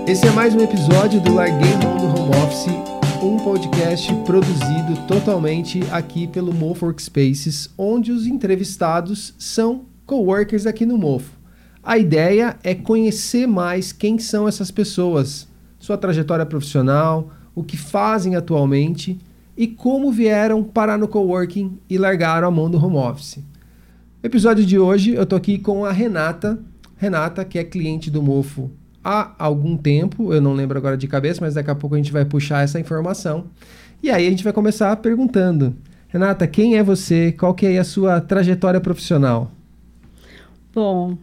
Esse é mais um episódio do Larguei Mão do Home Office, um podcast produzido totalmente aqui pelo Mofo Workspaces, onde os entrevistados são coworkers aqui no Mofo. A ideia é conhecer mais quem são essas pessoas, sua trajetória profissional, o que fazem atualmente e como vieram parar no coworking e largaram a mão do home office. No episódio de hoje eu tô aqui com a Renata, que é cliente do Mofo há algum tempo, eu não lembro agora de cabeça, mas daqui a pouco a gente vai puxar essa informação. E aí a gente vai começar perguntando, Renata, quem é você? Qual que é a sua trajetória profissional? Bom,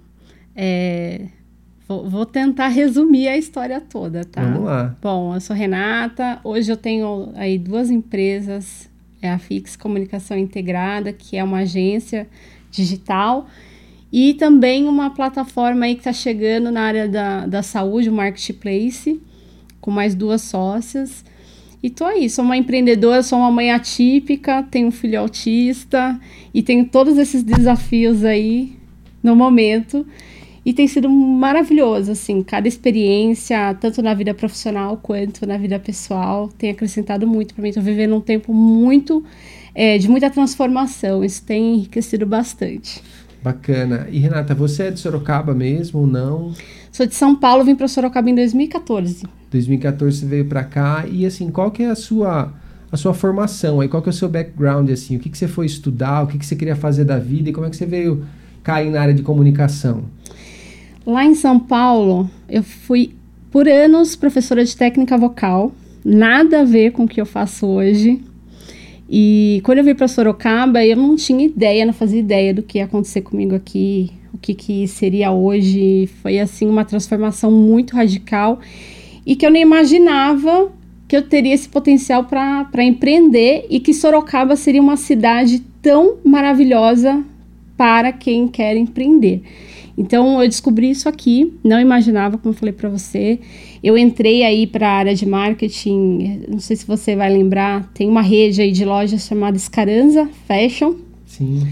vou tentar resumir a história toda, tá? Vamos lá. Bom, eu sou Renata, hoje eu tenho aí 2 empresas, a Fix Comunicação Integrada, que é uma agência digital, e também uma plataforma aí que está chegando na área da saúde, o Marketplace, com mais 2 sócias. E tô aí, sou uma empreendedora, sou uma mãe atípica, tenho um filho autista e tenho todos esses desafios aí no momento. E tem sido maravilhoso, assim, cada experiência, tanto na vida profissional quanto na vida pessoal, tem acrescentado muito para mim. Estou vivendo um tempo muito, de muita transformação, isso tem enriquecido bastante. Bacana. E Renata, você é de Sorocaba mesmo ou não? Sou de São Paulo, vim para Sorocaba em 2014. 2014 você veio para cá e assim, qual que é a sua formação aí? Qual que é o seu background assim? O que você foi estudar? O que você queria fazer da vida? E como é que você veio cair na área de comunicação? Lá em São Paulo, eu fui por anos professora de técnica vocal, nada a ver com o que eu faço hoje. E quando eu vim para Sorocaba, eu não tinha ideia, não fazia ideia do que ia acontecer comigo aqui, o que seria hoje. Foi assim uma transformação muito radical e que eu nem imaginava que eu teria esse potencial para empreender e que Sorocaba seria uma cidade tão maravilhosa para quem quer empreender. Então, eu descobri isso aqui, não imaginava, como eu falei para você. Eu entrei aí para a área de marketing, não sei se você vai lembrar, tem uma rede aí de lojas chamada Scaranza Fashion. Sim.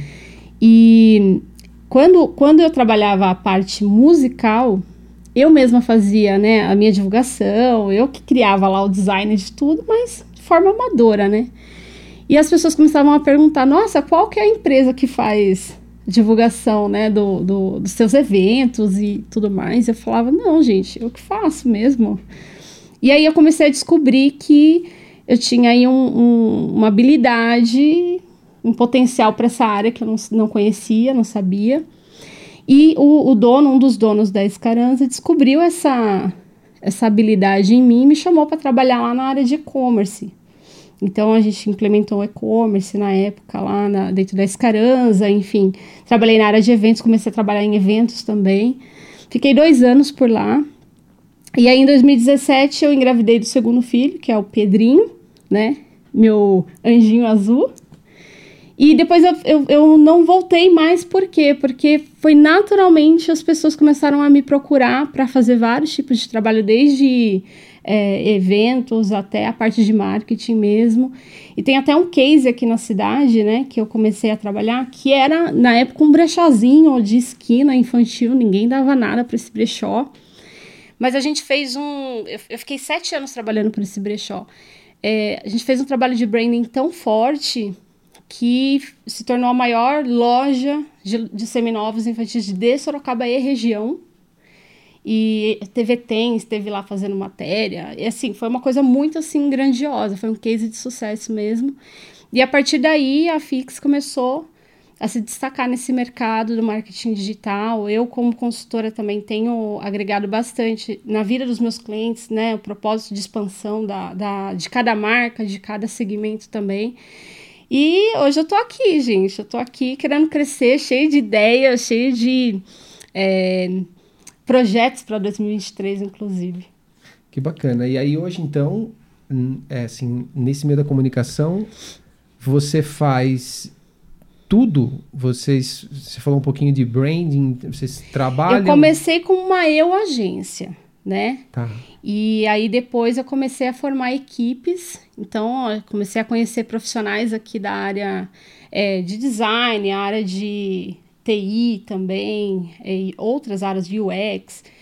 E quando eu trabalhava a parte musical, eu mesma fazia, né, a minha divulgação, eu que criava lá o design de tudo, mas de forma amadora, né? E as pessoas começavam a perguntar, nossa, qual que é a empresa que faz divulgação, né, dos seus eventos e tudo mais? Eu falava, não, gente, eu que faço mesmo. E aí eu comecei a descobrir que eu tinha aí uma habilidade, um potencial para essa área que eu não conhecia, não sabia. E um dos donos da Scaranza descobriu essa habilidade em mim e me chamou para trabalhar lá na área de e-commerce. Então, a gente implementou o e-commerce na época lá dentro da Scaranza, enfim. Trabalhei na área de eventos, comecei a trabalhar em eventos também. Fiquei 2 anos por lá. E aí, em 2017, eu engravidei do segundo filho, que é o Pedrinho, né? Meu anjinho azul. E depois eu não voltei mais, por quê? Porque foi naturalmente as pessoas começaram a me procurar para fazer vários tipos de trabalho, desde eventos até a parte de marketing mesmo. E tem até um case aqui na cidade, né, que eu comecei a trabalhar, que era, na época, um brechozinho de esquina infantil, ninguém dava nada para esse brechó. Mas a gente fez eu fiquei 7 anos trabalhando por esse brechó. A gente fez um trabalho de branding tão forte que se tornou a maior loja de seminovos infantis de Sorocaba e região. E TV Tem esteve lá fazendo matéria. E assim, foi uma coisa muito assim grandiosa, foi um case de sucesso mesmo. E a partir daí a Fix começou a se destacar nesse mercado do marketing digital. Eu, como consultora, também tenho agregado bastante na vida dos meus clientes, né? O propósito de expansão de cada marca, de cada segmento também. E hoje eu tô aqui, gente. Eu tô aqui querendo crescer, cheio de ideias, cheio de projetos para 2023, inclusive. Que bacana. E aí hoje, então, assim, nesse meio da comunicação, você faz tudo? Você falou um pouquinho de branding, vocês trabalham... Eu comecei com uma agência, né? Tá. E aí depois eu comecei a formar equipes, então eu comecei a conhecer profissionais aqui da área de design, a área de TI também, e outras áreas de UX.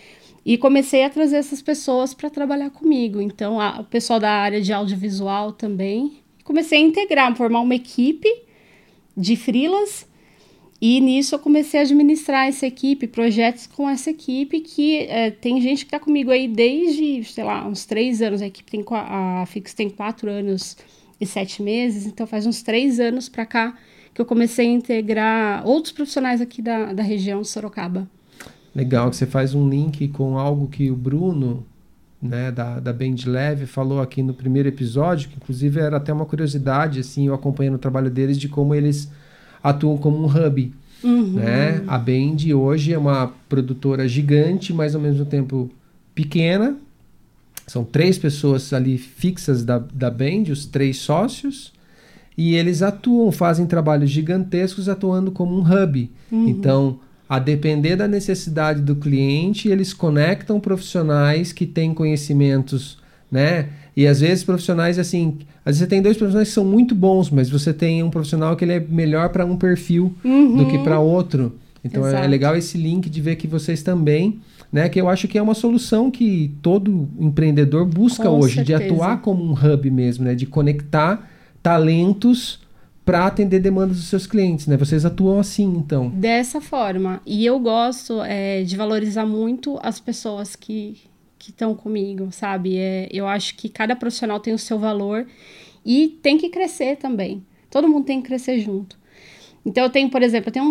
E comecei a trazer essas pessoas para trabalhar comigo. Então, o pessoal da área de audiovisual também. Comecei a integrar, formar uma equipe de freelas. E nisso eu comecei a administrar essa equipe, projetos com essa equipe, que tem gente que está comigo aí desde, sei lá, uns 3 anos. A Fix tem 4 anos e 7 meses, então faz uns 3 anos para cá que eu comecei a integrar outros profissionais aqui da região de Sorocaba. Legal, que você faz um link com algo que o Bruno, né, da Band Leve, falou aqui no primeiro episódio, que inclusive era até uma curiosidade, assim, eu acompanhando o trabalho deles, de como eles atuam como um hub. Né? A Band hoje é uma produtora gigante, mas ao mesmo tempo pequena. São 3 pessoas ali fixas da Band, os 3 sócios, e eles fazem trabalhos gigantescos atuando como um hub. Então, a depender da necessidade do cliente, eles conectam profissionais que têm conhecimentos, né? E às vezes profissionais assim, às vezes você tem 2 profissionais que são muito bons, mas você tem um profissional que ele é melhor para um perfil do que para outro. Então é legal esse link de ver que vocês também, né? Que eu acho que é uma solução que todo empreendedor busca hoje, de atuar como um hub mesmo, né? De conectar talentos para atender demandas dos seus clientes, né? Vocês atuam assim, então. Dessa forma. E eu gosto de valorizar muito as pessoas que estão comigo, sabe? Eu acho que cada profissional tem o seu valor e tem que crescer também. Todo mundo tem que crescer junto. Então, eu tenho, por exemplo, um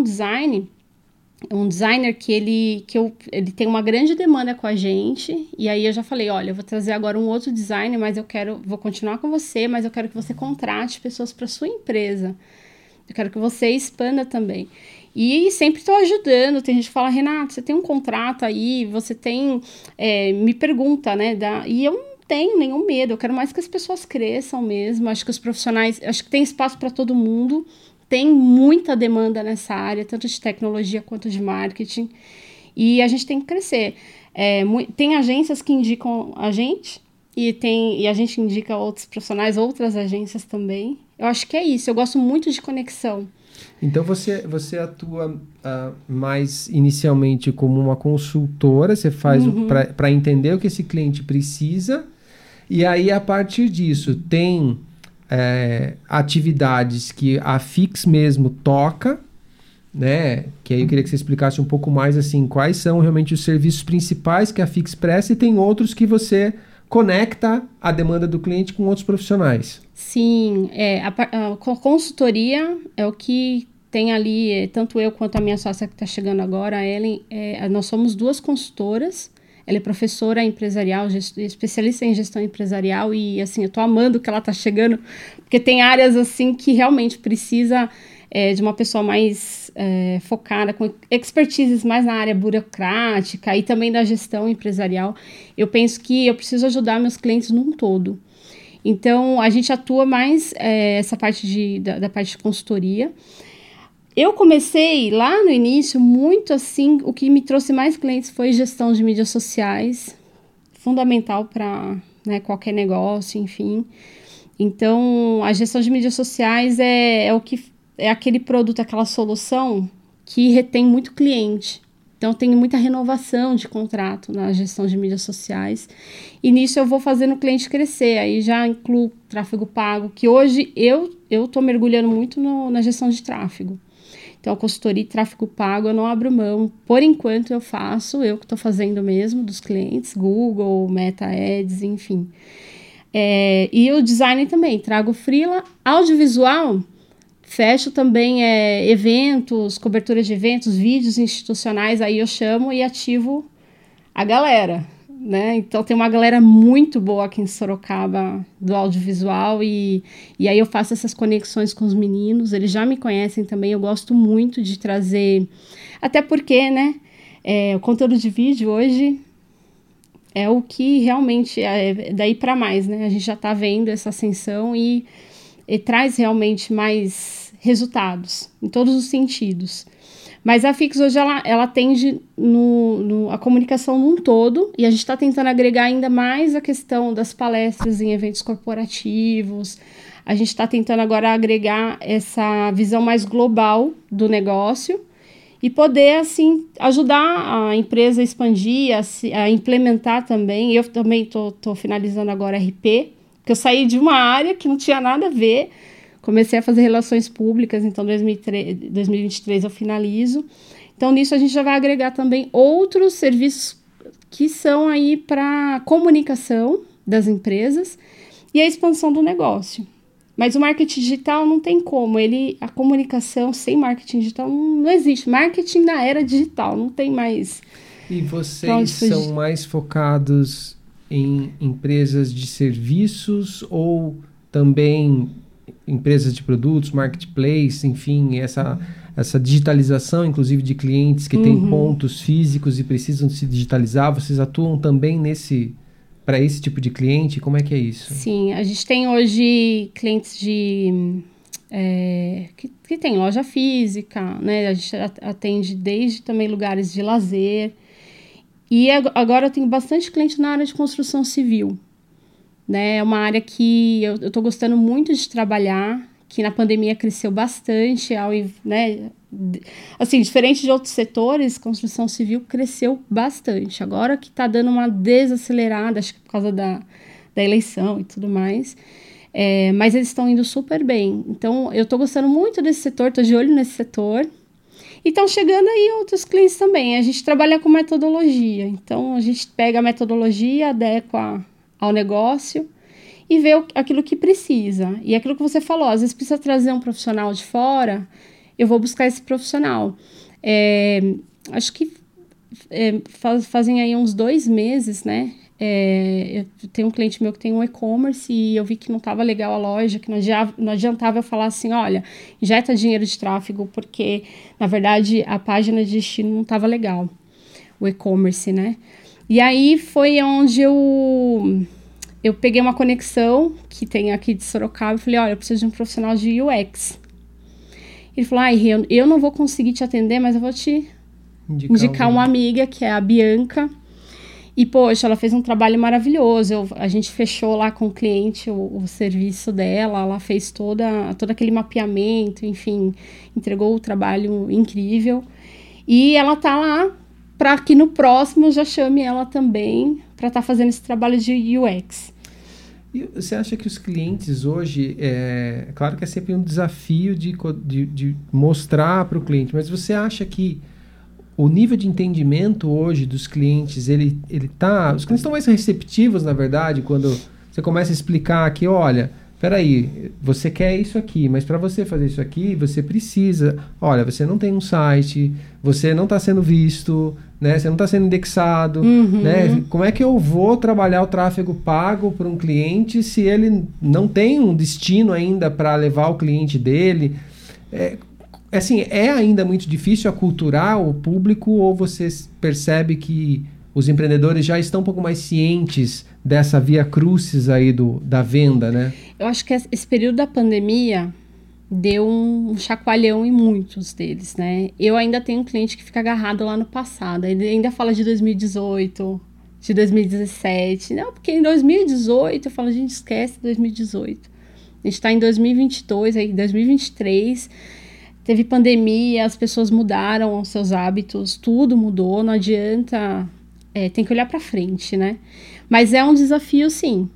designer que ele tem uma grande demanda com a gente, e aí eu já falei, olha, eu vou trazer agora um outro designer, mas vou continuar com você, mas eu quero que você contrate pessoas para sua empresa. Eu quero que você expanda também. E sempre estou ajudando. Tem gente que fala, Renato, você tem um contrato aí, você tem... me pergunta, né? E eu não tenho nenhum medo. Eu quero mais que as pessoas cresçam mesmo. Acho que os profissionais... Acho que tem espaço para todo mundo. Tem muita demanda nessa área, tanto de tecnologia quanto de marketing. E a gente tem que crescer. Tem agências que indicam a gente e a gente indica outros profissionais, outras agências também. Eu acho que é isso. Eu gosto muito de conexão. Então você atua mais inicialmente como uma consultora, você faz para entender o que esse cliente precisa, e aí a partir disso tem atividades que a Fix mesmo toca, né? Que aí eu queria que você explicasse um pouco mais assim, quais são realmente os serviços principais que a Fix presta, e tem outros que você conecta a demanda do cliente com outros profissionais. Sim, a consultoria é o que tem ali, tanto eu quanto a minha sócia que está chegando agora, a Ellen, nós somos 2 consultoras. Ela é professora empresarial, especialista em gestão empresarial, e assim, eu tô amando que ela tá chegando, porque tem áreas assim que realmente precisa de uma pessoa mais focada, com expertises mais na área burocrática e também da gestão empresarial. Eu penso que eu preciso ajudar meus clientes num todo. Então, a gente atua mais essa parte da parte de consultoria. Eu comecei lá no início muito assim, o que me trouxe mais clientes foi gestão de mídias sociais, fundamental para qualquer negócio, enfim. Então, a gestão de mídias sociais é aquele produto, aquela solução que retém muito cliente. Então, tem muita renovação de contrato na gestão de mídias sociais. E nisso eu vou fazendo o cliente crescer. Aí já incluo tráfego pago, que hoje eu estou mergulhando muito na gestão de tráfego. Então, a consultoria e tráfego pago eu não abro mão. Por enquanto eu faço, eu que estou fazendo mesmo, dos clientes, Google, Meta Ads, enfim. E o design também, trago freela. Audiovisual, fecho também eventos, cobertura de eventos, vídeos institucionais, aí eu chamo e ativo a galera, né? Então tem uma galera muito boa aqui em Sorocaba do audiovisual e aí eu faço essas conexões com os meninos, eles já me conhecem também, eu gosto muito de trazer, até porque, né, o conteúdo de vídeo hoje é o que realmente é daí para mais, né? A gente já está vendo essa ascensão e traz realmente mais resultados em todos os sentidos. Mas a Fix hoje ela atende a comunicação num todo, e a gente está tentando agregar ainda mais a questão das palestras em eventos corporativos. A gente está tentando agora agregar essa visão mais global do negócio e poder, assim, ajudar a empresa a expandir, a implementar também. Eu também tô finalizando agora RP, porque eu saí de uma área que não tinha nada a ver, comecei a fazer relações públicas, então 2023 eu finalizo. Então, nisso a gente já vai agregar também outros serviços que são aí para comunicação das empresas e a expansão do negócio. Mas o marketing digital não tem como. A comunicação sem marketing digital não existe. Marketing na era digital, não tem mais. E vocês são mais focados em empresas de serviços ou também empresas de produtos, marketplace, enfim, essa digitalização, inclusive, de clientes que têm pontos físicos e precisam se digitalizar? Vocês atuam também para esse tipo de cliente? Como é que é isso? Sim, a gente tem hoje clientes que tem loja física, né? A gente atende desde também lugares de lazer. E agora eu tenho bastante cliente na área de construção civil, né? É uma área que eu estou gostando muito de trabalhar, que na pandemia cresceu bastante, né? Assim, diferente de outros setores, construção civil cresceu bastante. Agora que está dando uma desacelerada, acho que por causa da eleição e tudo mais, mas eles estão indo super bem. Então, eu estou gostando muito desse setor, estou de olho nesse setor. E estão chegando aí outros clientes também. A gente trabalha com metodologia, então a gente pega a metodologia, adequa ao negócio e vê aquilo que precisa. E aquilo que você falou, às vezes precisa trazer um profissional de fora, eu vou buscar esse profissional. Acho que fazem aí uns 2 meses, né? Eu tenho um cliente meu que tem um e-commerce e eu vi que não estava legal a loja, que não adiantava eu falar assim, olha, injeta dinheiro de tráfego, porque, na verdade, a página de destino não estava legal, o e-commerce, né? E aí foi onde eu peguei uma conexão que tem aqui de Sorocaba e falei, olha, eu preciso de um profissional de UX. Ele falou, eu não vou conseguir te atender, mas eu vou te indicar uma amiga, que é a Bianca. E, poxa, ela fez um trabalho maravilhoso. A gente fechou lá com o cliente o serviço dela, ela fez todo aquele mapeamento, enfim, entregou o trabalho incrível. E ela tá lá para que no próximo eu já chame ela também para estar fazendo esse trabalho de UX. E você acha que os clientes hoje, claro que é sempre um desafio de mostrar para o cliente, mas você acha que o nível de entendimento hoje dos clientes, os clientes estão mais receptivos, na verdade, quando você começa a explicar que, olha, peraí, você quer isso aqui, mas para você fazer isso aqui, você precisa, olha, você não tem um site, você não está sendo visto, né? Você não está sendo indexado, né? Como é que eu vou trabalhar o tráfego pago para um cliente se ele não tem um destino ainda para levar o cliente dele? Assim, é ainda muito difícil aculturar o público, ou você percebe que os empreendedores já estão um pouco mais cientes dessa via crucis aí da venda, né? Eu acho que esse período da pandemia deu um chacoalhão em muitos deles, né? Eu ainda tenho um cliente que fica agarrado lá no passado, ele ainda fala de 2018, de 2017. Não, porque em 2018, eu falo, gente, esquece 2018. A gente está em 2022, aí 2023... Teve pandemia, as pessoas mudaram os seus hábitos, tudo mudou, não adianta, tem que olhar para frente, né? Mas é um desafio, sim.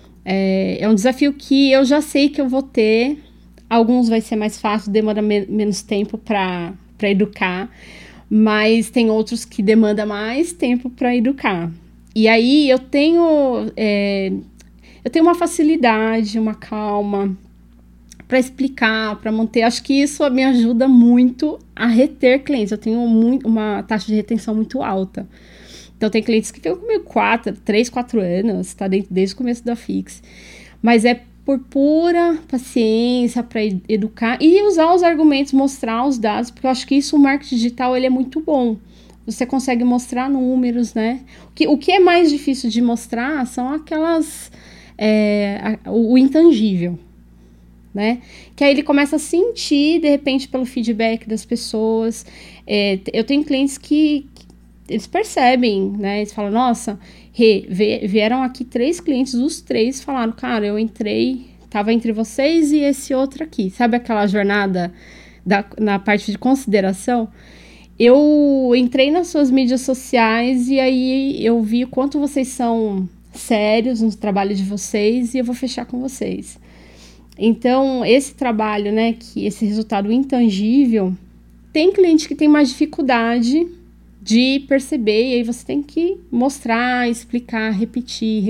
É um desafio que eu já sei que eu vou ter. Alguns vai ser mais fácil, demora menos tempo para educar, mas tem outros que demandam mais tempo para educar. E aí eu tenho uma facilidade, uma calma para explicar, para manter. Acho que isso me ajuda muito a reter clientes. Eu tenho uma taxa de retenção muito alta. Então, tem clientes que ficam comigo 3, 4 anos, está desde o começo da Fix. Mas é por pura paciência, para educar e usar os argumentos, mostrar os dados, porque eu acho que isso, o marketing digital, ele é muito bom. Você consegue mostrar números, né? O que é mais difícil de mostrar são aquelas... o intangível, né? Que aí ele começa a sentir, de repente, pelo feedback das pessoas. Eu tenho clientes que eles percebem, né? Eles falam, nossa, vieram aqui 3 clientes, os 3 falaram, cara, eu entrei, tava entre vocês e esse outro aqui. Sabe aquela jornada na parte de consideração? Eu entrei nas suas mídias sociais e aí eu vi o quanto vocês são sérios no trabalho de vocês e eu vou fechar com vocês. Então, esse trabalho, né, que esse resultado intangível, tem cliente que tem mais dificuldade de perceber e aí você tem que mostrar, explicar, repetir,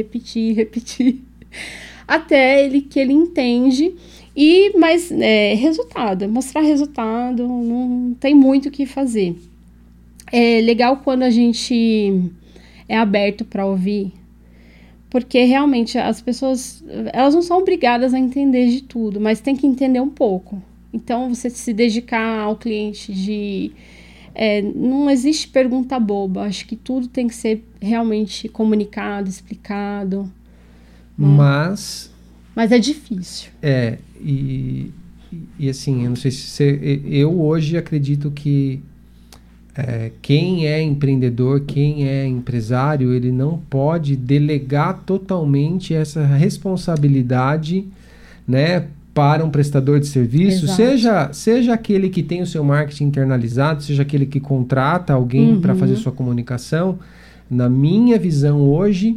até que ele entende. Mas resultado, mostrar resultado, não tem muito o que fazer. É legal quando a gente é aberto para ouvir, porque realmente as pessoas, elas não são obrigadas a entender de tudo, mas tem que entender um pouco. Então, você se dedicar ao cliente não existe pergunta boba, acho que tudo tem que ser realmente comunicado, explicado. Mas é difícil. E assim, eu não sei se eu hoje acredito que quem é empreendedor, quem é empresário, ele não pode delegar totalmente essa responsabilidade, né, para um prestador de serviço, seja aquele que tem o seu marketing internalizado, seja aquele que contrata alguém para fazer sua comunicação. Na minha visão hoje,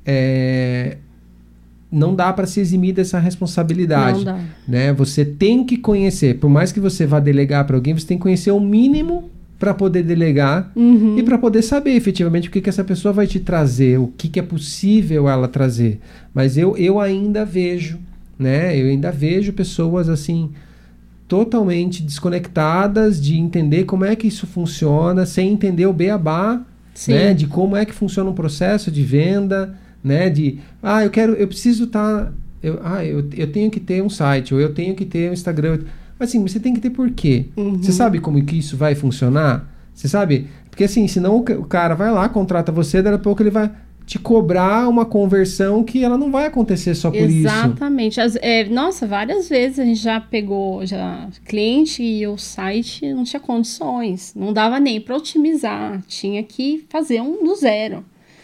não dá para se eximir dessa responsabilidade. Não dá. Né? Você tem que conhecer, por mais que você vá delegar para alguém, você tem que conhecer o mínimo para poder delegar e para poder saber efetivamente o que essa pessoa vai te trazer, o que é possível ela trazer. Mas eu ainda vejo, né? Eu ainda vejo pessoas assim totalmente desconectadas de entender como é que isso funciona, sem entender o beabá, né? De como é que funciona um processo de venda, né? Eu preciso estar, eu tenho que ter um site, ou eu tenho que ter um Instagram. Mas assim, você tem que ter por quê? Você sabe como que isso vai funcionar? Você sabe? Porque assim, senão o cara vai lá, contrata você, daí a pouco ele vai te cobrar uma conversão que ela não vai acontecer só por isso. Exatamente. Nossa, várias vezes a gente já pegou cliente e o site não tinha condições, não dava nem para otimizar, tinha que fazer um do zero.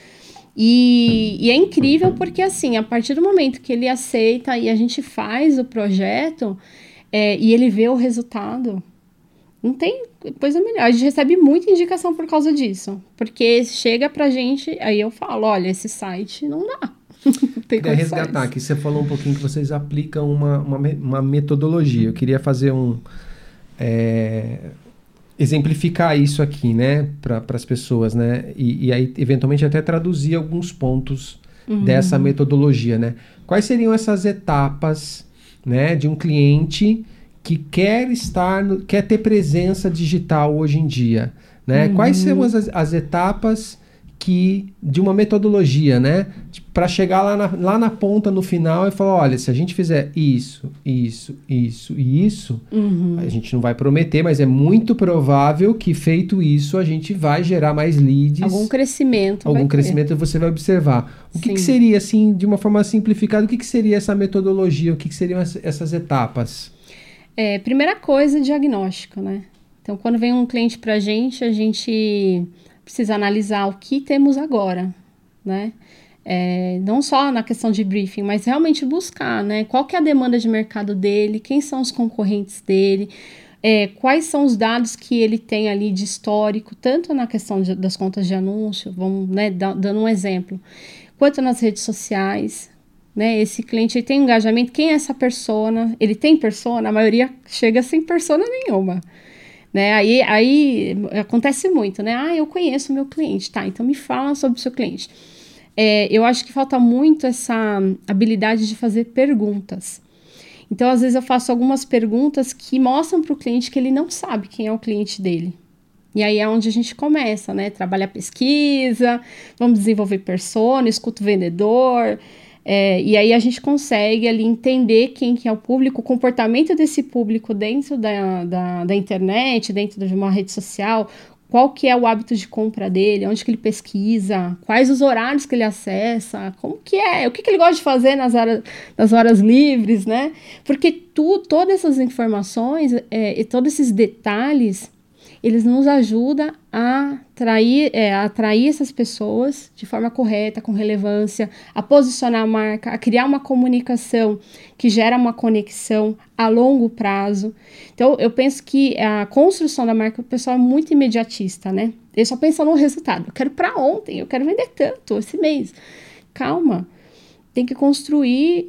E é incrível porque assim, a partir do momento que ele aceita e a gente faz o projeto e ele vê o resultado, não tem coisa melhor. A gente recebe muita indicação por causa disso. Porque chega pra gente, aí eu falo, olha, esse site não dá. Queria resgatar aqui, você falou um pouquinho que vocês aplicam uma metodologia. Eu queria fazer exemplificar isso aqui, né, para as pessoas, né, e aí eventualmente até traduzir alguns pontos dessa metodologia, né. Quais seriam essas etapas, né, de um cliente que quer ter presença digital hoje em dia, né? Quais são as etapas de uma metodologia, né? Para chegar lá na ponta, no final, e falar, olha, se a gente fizer isso, isso, isso e isso, a gente não vai prometer, mas é muito provável que, feito isso, a gente vai gerar mais leads. Algum crescimento você vai observar. O que seria, assim, de uma forma simplificada, o que seria essa metodologia? O que seriam essas etapas? Primeira coisa, diagnóstico, né? Então, quando vem um cliente pra gente, a gente precisa analisar o que temos agora, né? Não só na questão de briefing, mas realmente buscar, né? Qual que é a demanda de mercado dele, quem são os concorrentes dele, quais são os dados que ele tem ali de histórico, tanto na questão das contas de anúncio, vamos, né, dando um exemplo, quanto nas redes sociais, né? Esse cliente ele tem engajamento, quem é essa persona? Ele tem persona? A maioria chega sem persona nenhuma. Né? Aí acontece muito, né? Eu conheço o meu cliente, tá? Então me fala sobre o seu cliente. Eu acho que falta muito essa habilidade de fazer perguntas. Então, às vezes eu faço algumas perguntas que mostram para o cliente que ele não sabe quem é o cliente dele. E aí é onde a gente começa, né? Trabalha a pesquisa, vamos desenvolver persona, escuta o vendedor. E aí a gente consegue ali entender quem que é o público, o comportamento desse público dentro da internet, dentro de uma rede social, qual que é o hábito de compra dele, onde que ele pesquisa, quais os horários que ele acessa, como que o que ele gosta de fazer nas horas livres, né? Porque todas essas informações e todos esses detalhes eles nos ajudam a atrair essas pessoas de forma correta, com relevância, a posicionar a marca, a criar uma comunicação que gera uma conexão a longo prazo. Então, eu penso que a construção da marca, o pessoal é muito imediatista, né? Ele só pensa no resultado. Eu quero para ontem, eu quero vender tanto esse mês. Calma, tem que construir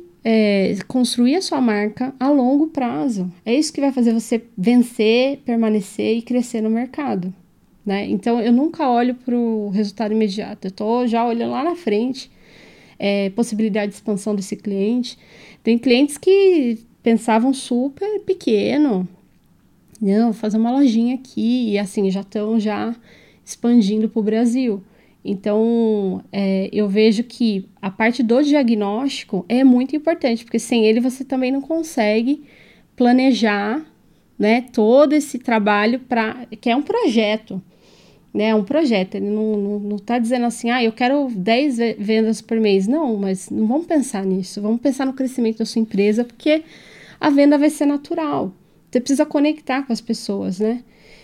a sua marca a longo prazo. É isso que vai fazer você vencer, permanecer e crescer no mercado, né? Então, eu nunca olho para o resultado imediato. Eu estou já olhando lá na frente, possibilidade de expansão desse cliente. Tem clientes que pensavam super pequeno. Não, vou fazer uma lojinha aqui. E assim, já estão expandindo para o Brasil. Então, eu vejo que a parte do diagnóstico é muito importante, porque sem ele você também não consegue planejar, né, todo esse trabalho que é um projeto, né, é um projeto. Ele não está dizendo assim, eu quero 10 vendas por mês. Não, mas não vamos pensar nisso. Vamos pensar no crescimento da sua empresa, porque a venda vai ser natural. Você precisa conectar com as pessoas, né?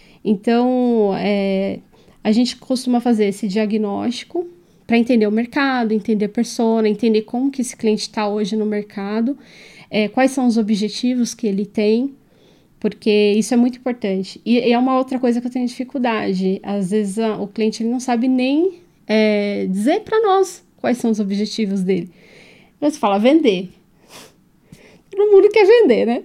Então, a gente costuma fazer esse diagnóstico para entender o mercado, entender a persona, entender como que esse cliente está hoje no mercado, quais são os objetivos que ele tem, porque isso é muito importante. E é uma outra coisa que eu tenho dificuldade. Às vezes o cliente ele não sabe nem dizer para nós quais são os objetivos dele. Você fala vender. Todo mundo quer vender, né?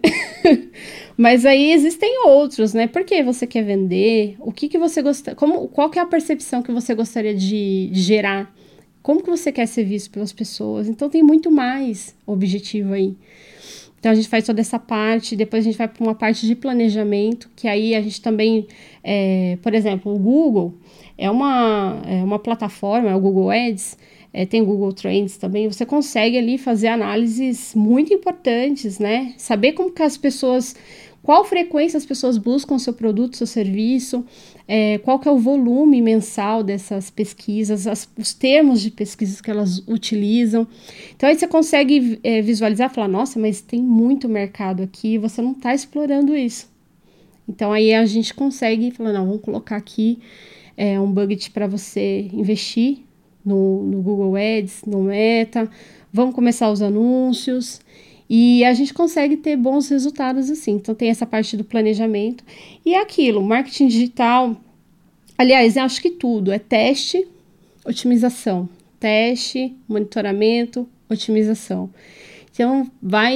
Mas aí existem outros, né? Por que você quer vender? O que você gosta? Qual que é a percepção que você gostaria de gerar? Como que você quer ser visto pelas pessoas? Então tem muito mais objetivo aí. Então a gente faz toda essa parte, depois a gente vai para uma parte de planejamento, que aí a gente também, por exemplo, o Google é uma plataforma, é o Google Ads, tem o Google Trends também, você consegue ali fazer análises muito importantes, né? Saber como que qual frequência as pessoas buscam o seu produto, seu serviço, qual que é o volume mensal dessas pesquisas, os termos de pesquisas que elas utilizam. Então aí você consegue visualizar e falar, nossa, mas tem muito mercado aqui, você não está explorando isso. Então aí a gente consegue falar, não, vamos colocar aqui um budget para você investir no Google Ads, no Meta, vamos começar os anúncios e a gente consegue ter bons resultados assim. Então tem essa parte do planejamento e é aquilo, marketing digital, aliás, eu acho que tudo é teste, otimização, teste, monitoramento, otimização. Então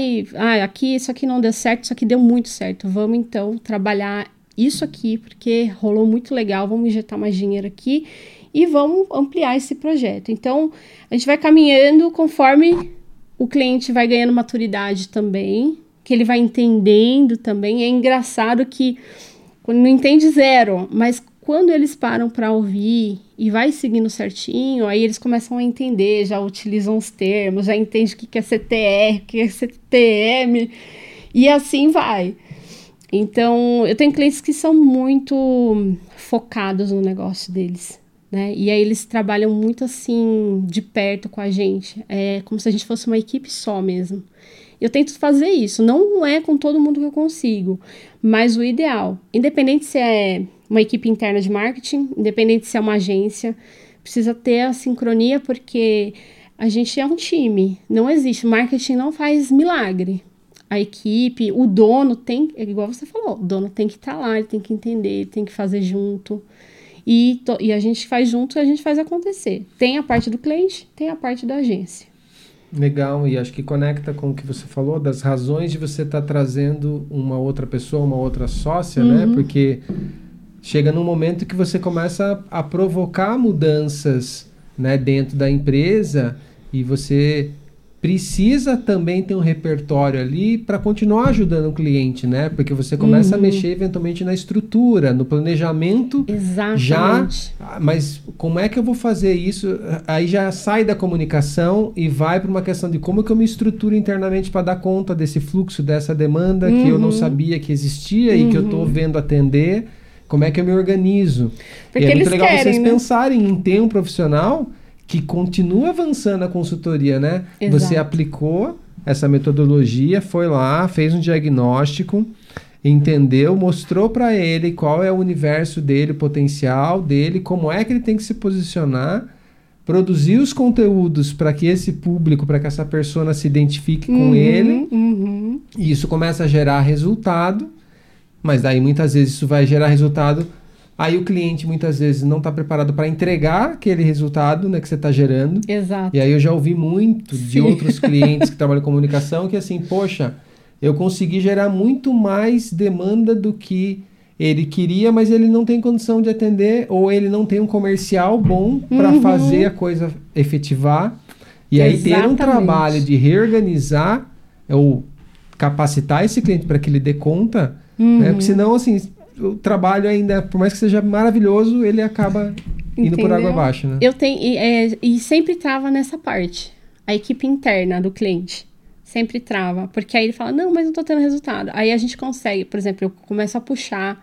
aqui isso aqui não deu certo, isso aqui deu muito certo, vamos então trabalhar isso aqui porque rolou muito legal, vamos injetar mais dinheiro aqui e vamos ampliar esse projeto. Então, a gente vai caminhando conforme o cliente vai ganhando maturidade também, que ele vai entendendo também. É engraçado que não entende zero, mas quando eles param para ouvir e vai seguindo certinho, aí eles começam a entender, já utilizam os termos, já entende o que é CTR, o que é CTM, e assim vai. Então, eu tenho clientes que são muito focados no negócio deles, né? E aí eles trabalham muito assim, de perto com a gente. É como se a gente fosse uma equipe só mesmo. Eu tento fazer isso. Não é com todo mundo que eu consigo, mas o ideal, independente se é uma equipe interna de marketing, independente se é uma agência, precisa ter a sincronia, porque a gente é um time. Não existe. Marketing não faz milagre. A equipe, o dono tem, igual você falou, o dono tem que estar lá, ele tem que entender, ele tem que fazer junto. E a gente faz junto e a gente faz acontecer. Tem a parte do cliente, tem a parte da agência. Legal, e acho que conecta com o que você falou, das razões de você estar trazendo uma outra pessoa, uma outra sócia, né? Porque chega num momento que você começa a provocar mudanças, né, dentro da empresa e você precisa também ter um repertório ali para continuar ajudando o cliente, né? Porque você começa a mexer eventualmente na estrutura, no planejamento. Exatamente. Mas como é que eu vou fazer isso? Aí já sai da comunicação e vai para uma questão de como que eu me estruturo internamente para dar conta desse fluxo, dessa demanda que eu não sabia que existia e que eu estou vendo atender. Como é que eu me organizo? Porque é muito legal querem, vocês né? pensarem em ter um profissional que continua avançando a consultoria, né? Exato. Você aplicou essa metodologia, foi lá, fez um diagnóstico, entendeu, mostrou para ele qual é o universo dele, o potencial dele, como é que ele tem que se posicionar, produzir os conteúdos para que esse público, para que essa persona se identifique com ele, e isso começa a gerar resultado, mas daí muitas vezes isso vai gerar resultado, aí o cliente muitas vezes não está preparado para entregar aquele resultado, né, que você está gerando. Exato. E aí eu já ouvi muito de outros clientes que trabalham em comunicação que assim, poxa, eu consegui gerar muito mais demanda do que ele queria, mas ele não tem condição de atender, ou ele não tem um comercial bom para fazer a coisa efetivar. E aí ter um trabalho de reorganizar ou capacitar esse cliente para que ele dê conta, né? Porque senão, assim, o trabalho ainda, por mais que seja maravilhoso, ele acaba indo por água abaixo, né? E sempre trava nessa parte, a equipe interna do cliente. Sempre trava, porque aí ele fala, não, mas não tô tendo resultado. Aí a gente consegue, por exemplo, eu começo a puxar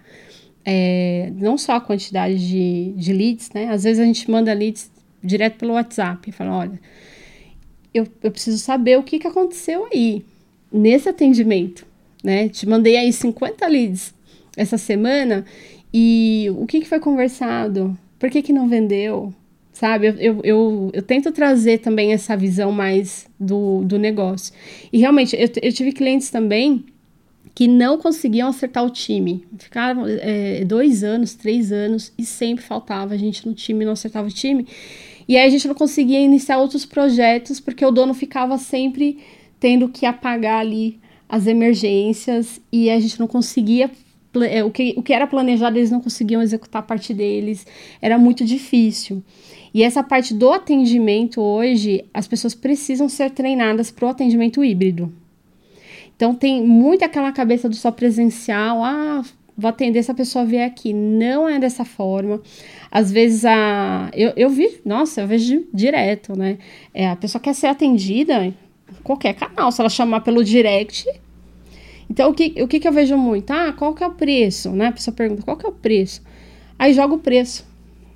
não só a quantidade de leads, né? Às vezes a gente manda leads direto pelo WhatsApp e fala, olha, eu preciso saber o que aconteceu aí, nesse atendimento, né? Te mandei aí 50 leads essa semana e o que foi conversado? Por que não vendeu? Sabe, eu tento trazer também essa visão mais do negócio. E realmente, eu tive clientes também que não conseguiam acertar o time. Ficaram 2 anos, 3 anos e sempre faltava a gente no time, não acertava o time. E aí a gente não conseguia iniciar outros projetos porque o dono ficava sempre tendo que apagar ali as emergências e a gente não conseguia... O que era planejado, eles não conseguiam executar a parte deles. Era muito difícil. E essa parte do atendimento hoje, as pessoas precisam ser treinadas para o atendimento híbrido. Então, tem muito aquela cabeça do só presencial. Vou atender se a pessoa vier aqui. Não é dessa forma. Às vezes, eu vejo direto, né? A pessoa quer ser atendida em qualquer canal. Se ela chamar pelo direct... Então, o que eu vejo muito? Qual que é o preço? Né? A pessoa pergunta, qual que é o preço? Aí joga o preço.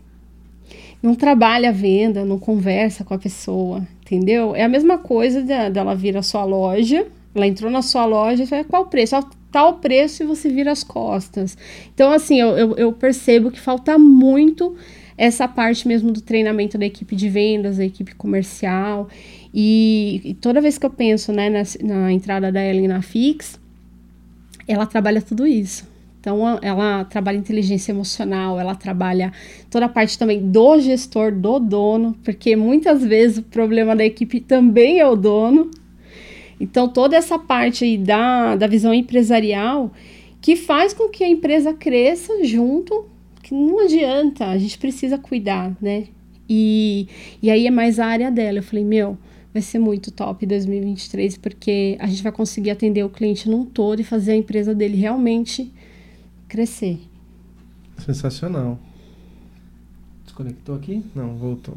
Não trabalha a venda, não conversa com a pessoa, entendeu? É a mesma coisa dela vir à sua loja, ela entrou na sua loja e fala, qual o preço? Tal preço e você vira as costas. Então, assim, eu percebo que falta muito essa parte mesmo do treinamento da equipe de vendas, da equipe comercial. E toda vez que eu penso, né, na entrada da Ellen na Fix, ela trabalha tudo isso. Então, ela trabalha inteligência emocional, ela trabalha toda a parte também do gestor, do dono, porque muitas vezes o problema da equipe também é o dono. Então, toda essa parte aí da visão empresarial que faz com que a empresa cresça junto, que não adianta, a gente precisa cuidar, né? E aí é mais a área dela. Eu falei, vai ser muito top 2023, porque a gente vai conseguir atender o cliente num todo e fazer a empresa dele realmente crescer. Sensacional. Desconectou aqui? Não, voltou.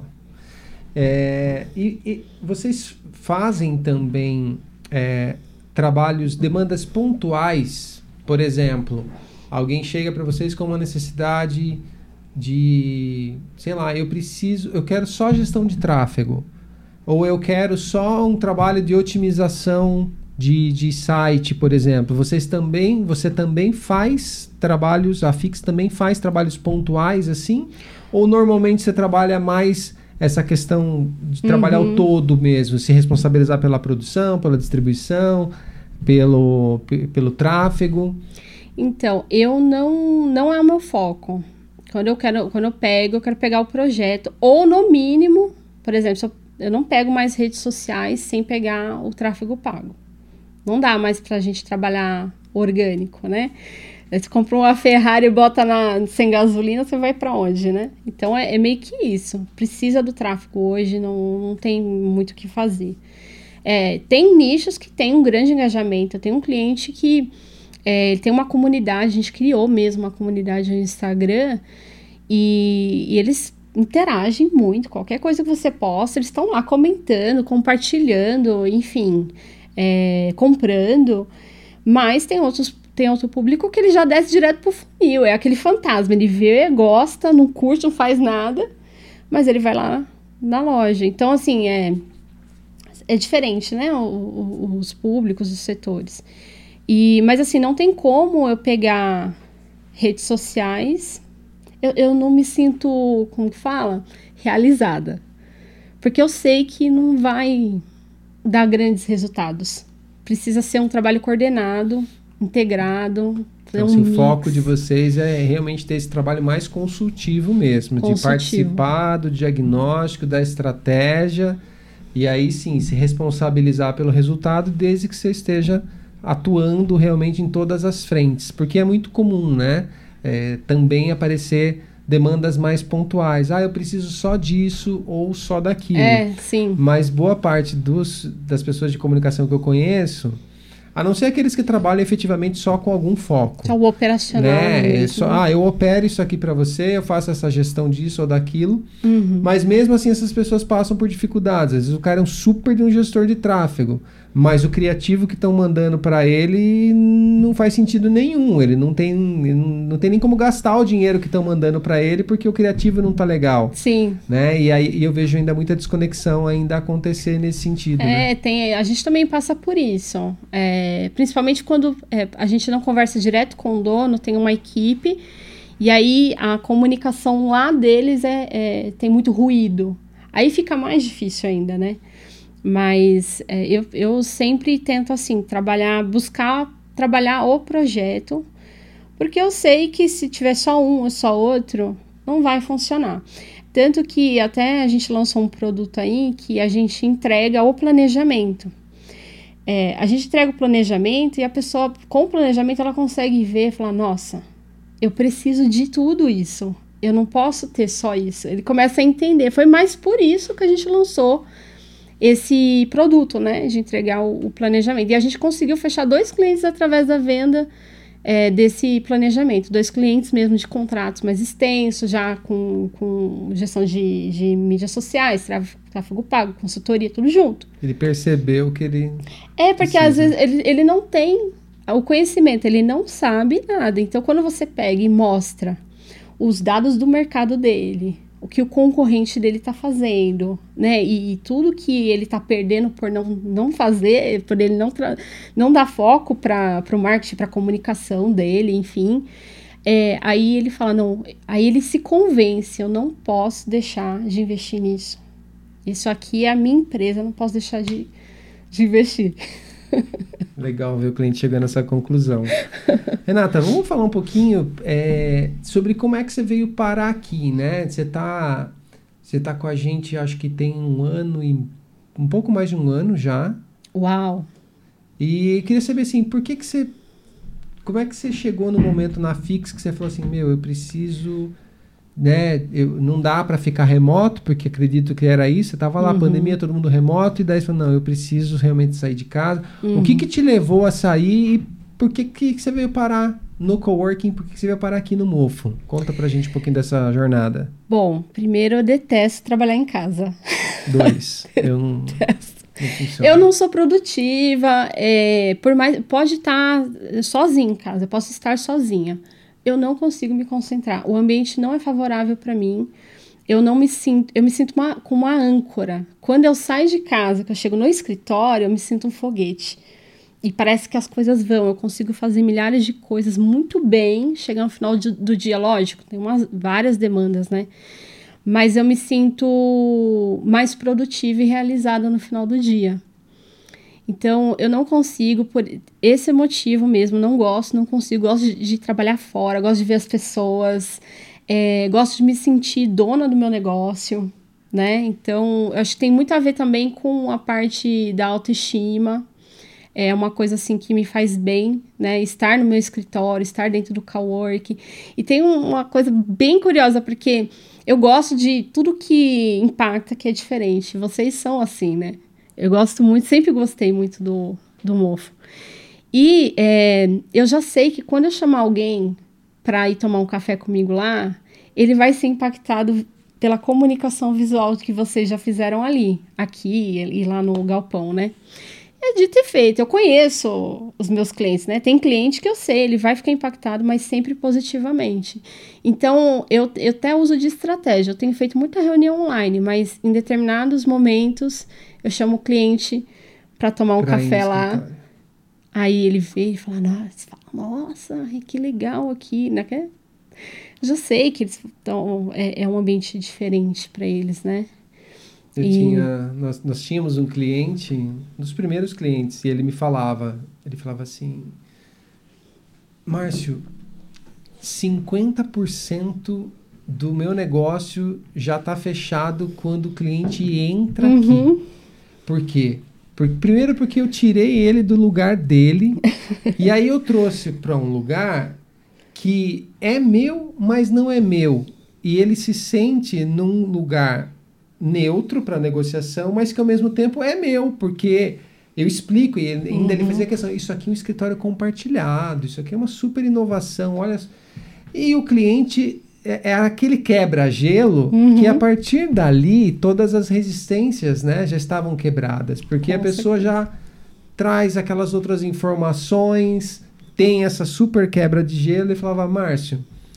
E vocês fazem também trabalhos, demandas pontuais? Por exemplo, alguém chega para vocês com uma necessidade de, sei lá, eu quero só gestão de tráfego. Ou eu quero só um trabalho de otimização de site, por exemplo. Você também faz trabalhos, a Fix também faz trabalhos pontuais assim? Ou normalmente você trabalha mais essa questão de trabalhar o todo mesmo, se responsabilizar pela produção, pela distribuição, pelo tráfego? Então, não é o meu foco. Quando eu quero pegar o projeto, ou no mínimo, por exemplo, eu não pego mais redes sociais sem pegar o tráfego pago. Não dá mais pra gente trabalhar orgânico, né? Você comprou uma Ferrari e bota sem gasolina, você vai pra onde, né? Então, é meio que isso. Precisa do tráfego hoje, não tem muito o que fazer. Tem nichos que tem um grande engajamento. Eu tenho um cliente que tem uma comunidade, a gente criou mesmo uma comunidade no Instagram e eles interagem muito. Qualquer coisa que você posta, eles estão lá comentando, compartilhando, enfim, comprando. Mas tem outro público que ele já desce direto pro funil. É aquele fantasma. Ele vê, gosta, não curte, não faz nada, mas ele vai lá na loja. Então, assim, é diferente, né? Os públicos, os setores. Mas assim, não tem como eu pegar redes sociais, eu não me sinto, como que fala? Realizada. Porque eu sei que não vai dar grandes resultados. Precisa ser um trabalho coordenado, integrado. Então, assim, o foco de vocês é realmente ter esse trabalho mais consultivo mesmo, de participar do diagnóstico, da estratégia, e aí sim, se responsabilizar pelo resultado, desde que você esteja atuando realmente em todas as frentes. Porque é muito comum, né? Também aparecer demandas mais pontuais. Eu preciso só disso ou só daquilo. Sim. Mas boa parte das pessoas de comunicação que eu conheço, a não ser aqueles que trabalham efetivamente só com algum foco. Só o operacional. Né? Eu opero isso aqui para você, eu faço essa gestão disso ou daquilo. Mas mesmo assim essas pessoas passam por dificuldades. Às vezes o cara é um super de um gestor de tráfego, mas o criativo que estão mandando para ele não faz sentido nenhum. Ele não tem nem como gastar o dinheiro que estão mandando para ele porque o criativo não tá legal. Sim. Né? E aí eu vejo ainda muita desconexão ainda acontecer nesse sentido. Né? A gente também passa por isso. Principalmente quando a gente não conversa direto com o dono, tem uma equipe, e aí a comunicação lá deles tem muito ruído. Aí fica mais difícil ainda, né? Mas eu sempre tento, assim, buscar trabalhar o projeto, porque eu sei que se tiver só um ou só outro, não vai funcionar. Tanto que até a gente lançou um produto aí que a gente entrega o planejamento. A gente entrega o planejamento e a pessoa, com o planejamento, ela consegue ver e falar, nossa, eu preciso de tudo isso. Eu não posso ter só isso. Ele começa a entender. Foi mais por isso que a gente lançou esse produto, né? De entregar o planejamento. E a gente conseguiu fechar 2 clientes através da venda desse planejamento. 2 clientes mesmo de contratos mais extensos, já com gestão de mídias sociais, tráfego pago, consultoria, tudo junto. Ele percebeu que ele... Porque às vezes ele não tem o conhecimento, ele não sabe nada. Então, quando você pega e mostra os dados do mercado dele, o que o concorrente dele está fazendo, né? E tudo que ele está perdendo por não fazer, por ele não dar foco para o marketing, para a comunicação dele, enfim. Aí ele fala, não, aí ele se convence, eu não posso deixar de investir nisso. Isso aqui é a minha empresa, eu não posso deixar de investir. Legal ver o cliente chegando nessa conclusão. Renata, vamos falar um pouquinho sobre como é que você veio parar aqui, né? Você tá com a gente, acho que tem um pouco mais de um ano já. Uau! E queria saber assim, como é que você chegou no momento na Fix que você falou assim, eu preciso, né? Não dá para ficar remoto, porque acredito que era isso. Você tava lá, pandemia, todo mundo remoto, e daí você falou, não, eu preciso realmente sair de casa. O que te levou a sair e por que você veio parar no coworking? Por que você veio parar aqui no Mofo? Conta pra gente um pouquinho dessa jornada. Bom, primeiro eu detesto trabalhar em casa. 2, eu não... Eu não sou produtiva, pode estar sozinha em casa, eu posso estar sozinha. Eu não consigo me concentrar. O ambiente não é favorável para mim. Eu me sinto com uma âncora. Quando eu saio de casa, que eu chego no escritório, eu me sinto um foguete. E parece que as coisas vão. Eu consigo fazer milhares de coisas muito bem. Chegar no final do dia, lógico, tem várias demandas, né? Mas eu me sinto mais produtiva e realizada no final do dia. Então, eu não consigo, por esse motivo mesmo, não consigo, gosto de trabalhar fora, gosto de ver as pessoas, gosto de me sentir dona do meu negócio, né? Então, eu acho que tem muito a ver também com a parte da autoestima, é uma coisa assim que me faz bem, né? Estar no meu escritório, estar dentro do coworking. E tem uma coisa bem curiosa, porque eu gosto de tudo que impacta, que é diferente. Vocês são assim, né? Eu gosto muito, sempre gostei muito do Mofo. E eu já sei que quando eu chamar alguém para ir tomar um café comigo lá, ele vai ser impactado pela comunicação visual que vocês já fizeram aqui e lá no galpão, né? É dito e feito, eu conheço os meus clientes, né? Tem cliente que eu sei, ele vai ficar impactado, mas sempre positivamente. Então, eu até uso de estratégia. Eu tenho feito muita reunião online, mas em determinados momentos eu chamo o cliente para tomar um café lá. Aí ele veio e falou, nossa, que legal aqui, né? Já sei que eles estão, é um ambiente diferente para eles, né? Nós tínhamos um cliente, um dos primeiros clientes, e ele falava assim, Márcio, 50% do meu negócio já está fechado quando o cliente entra aqui. Por quê? Primeiro porque eu tirei ele do lugar dele e aí eu trouxe para um lugar que é meu, mas não é meu. E ele se sente num lugar neutro para negociação, mas que ao mesmo tempo é meu, porque eu explico, e ainda ele fazia questão, isso aqui é um escritório compartilhado, isso aqui é uma super inovação, olha. E o cliente é aquele quebra-gelo que a partir dali todas as resistências, né, já estavam quebradas, porque a pessoa já traz aquelas outras informações, tem essa super quebra de gelo e falava, Márcio,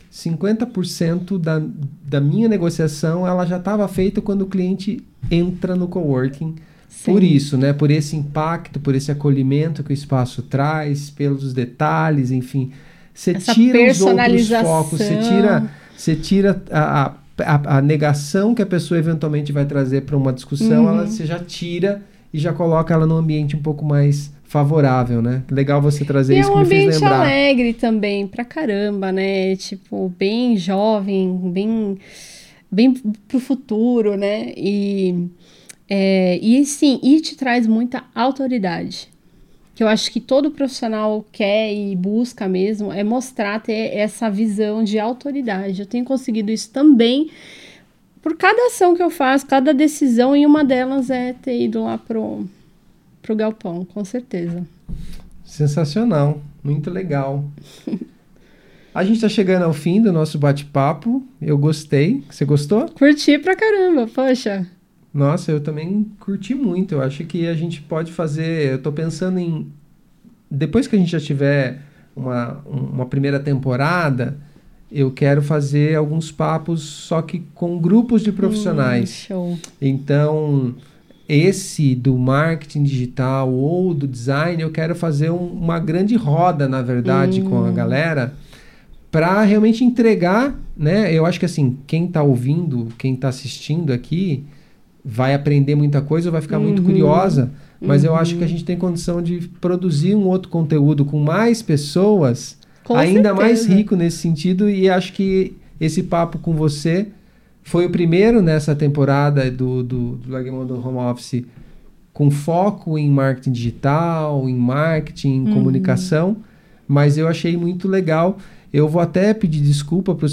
50% da minha negociação ela já estava feita quando o cliente entra no coworking. Sim. Por isso, né? Por esse impacto, por esse acolhimento que o espaço traz, pelos detalhes, enfim. Você tira os outros focos, você tira a negação que a pessoa eventualmente vai trazer para uma discussão, você já tira e já coloca ela num ambiente um pouco mais favorável, né? Legal você trazer isso que me fez lembrar. É um ambiente alegre também, pra caramba, né? Tipo, bem jovem, bem pro futuro, né? E sim, e te traz muita autoridade. Que eu acho que todo profissional quer e busca mesmo, é mostrar, ter essa visão de autoridade. Eu tenho conseguido isso também por cada ação que eu faço, cada decisão, e uma delas é ter ido lá pro galpão, com certeza. Sensacional, muito legal. A gente tá chegando ao fim do nosso bate-papo, eu gostei. Você gostou? Curti pra caramba, poxa. Nossa, eu também curti muito. Eu acho que a gente pode fazer... Eu tô pensando em... Depois que a gente já tiver uma primeira temporada, eu quero fazer alguns papos só que com grupos de profissionais. Show. Então, esse do marketing digital ou do design, eu quero fazer uma grande roda, na verdade, com a galera, para realmente entregar, né? Eu acho que assim, quem tá ouvindo, quem tá assistindo aqui, vai aprender muita coisa, vai ficar muito curiosa, mas eu acho que a gente tem condição de produzir um outro conteúdo com mais pessoas, com ainda certeza. Mais rico nesse sentido, e acho que esse papo com você foi o primeiro nessa temporada do Larguei Mão do Home Office com foco em marketing digital, em marketing, em comunicação, mas eu achei muito legal. Eu vou até pedir desculpa para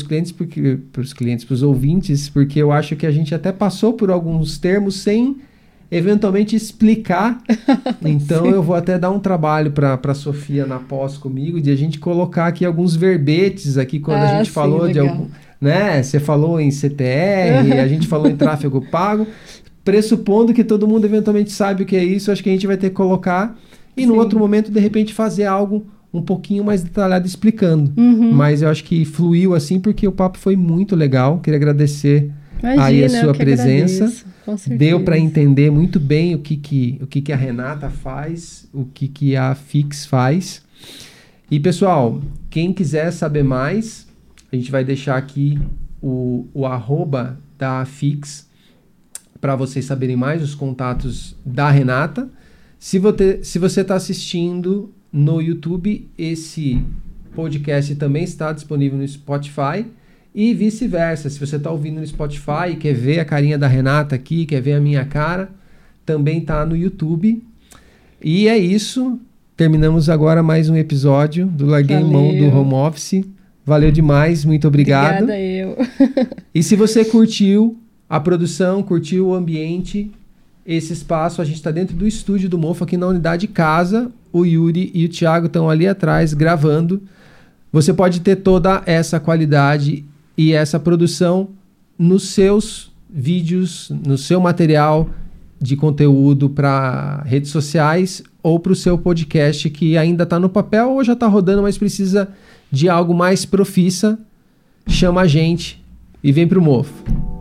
os ouvintes, porque eu acho que a gente até passou por alguns termos sem eventualmente explicar. Então eu vou até dar um trabalho para a Sofia na pós comigo, de a gente colocar aqui alguns verbetes aqui quando a gente falou de algum, né? Você falou em CTR, a gente falou em tráfego pago, pressupondo que todo mundo eventualmente sabe o que é isso, acho que a gente vai ter que colocar e no outro momento de repente fazer algo um pouquinho mais detalhado explicando. Mas eu acho que fluiu assim porque o papo foi muito legal. Queria agradecer aí a sua presença. Deu para entender muito bem o que a Renata faz, o que a Fix faz. E pessoal, quem quiser saber mais, a gente vai deixar aqui o @ da Fix para vocês saberem mais os contatos da Renata. Se você está assistindo no YouTube, esse podcast também está disponível no Spotify e vice-versa. Se você está ouvindo no Spotify e quer ver a carinha da Renata aqui, quer ver a minha cara, também está no YouTube. E é isso. Terminamos agora mais um episódio do Larguei Mão do Home Office. Valeu demais, muito obrigado. Obrigada eu. E se você curtiu a produção, curtiu o ambiente, esse espaço, a gente está dentro do estúdio do Mofo, aqui na unidade casa. O Yuri e o Thiago estão ali atrás gravando. Você pode ter toda essa qualidade e essa produção nos seus vídeos, no seu material de conteúdo para redes sociais ou para o seu podcast que ainda está no papel ou já está rodando, mas precisa de algo mais profissa. Chama a gente e vem para o Mofo.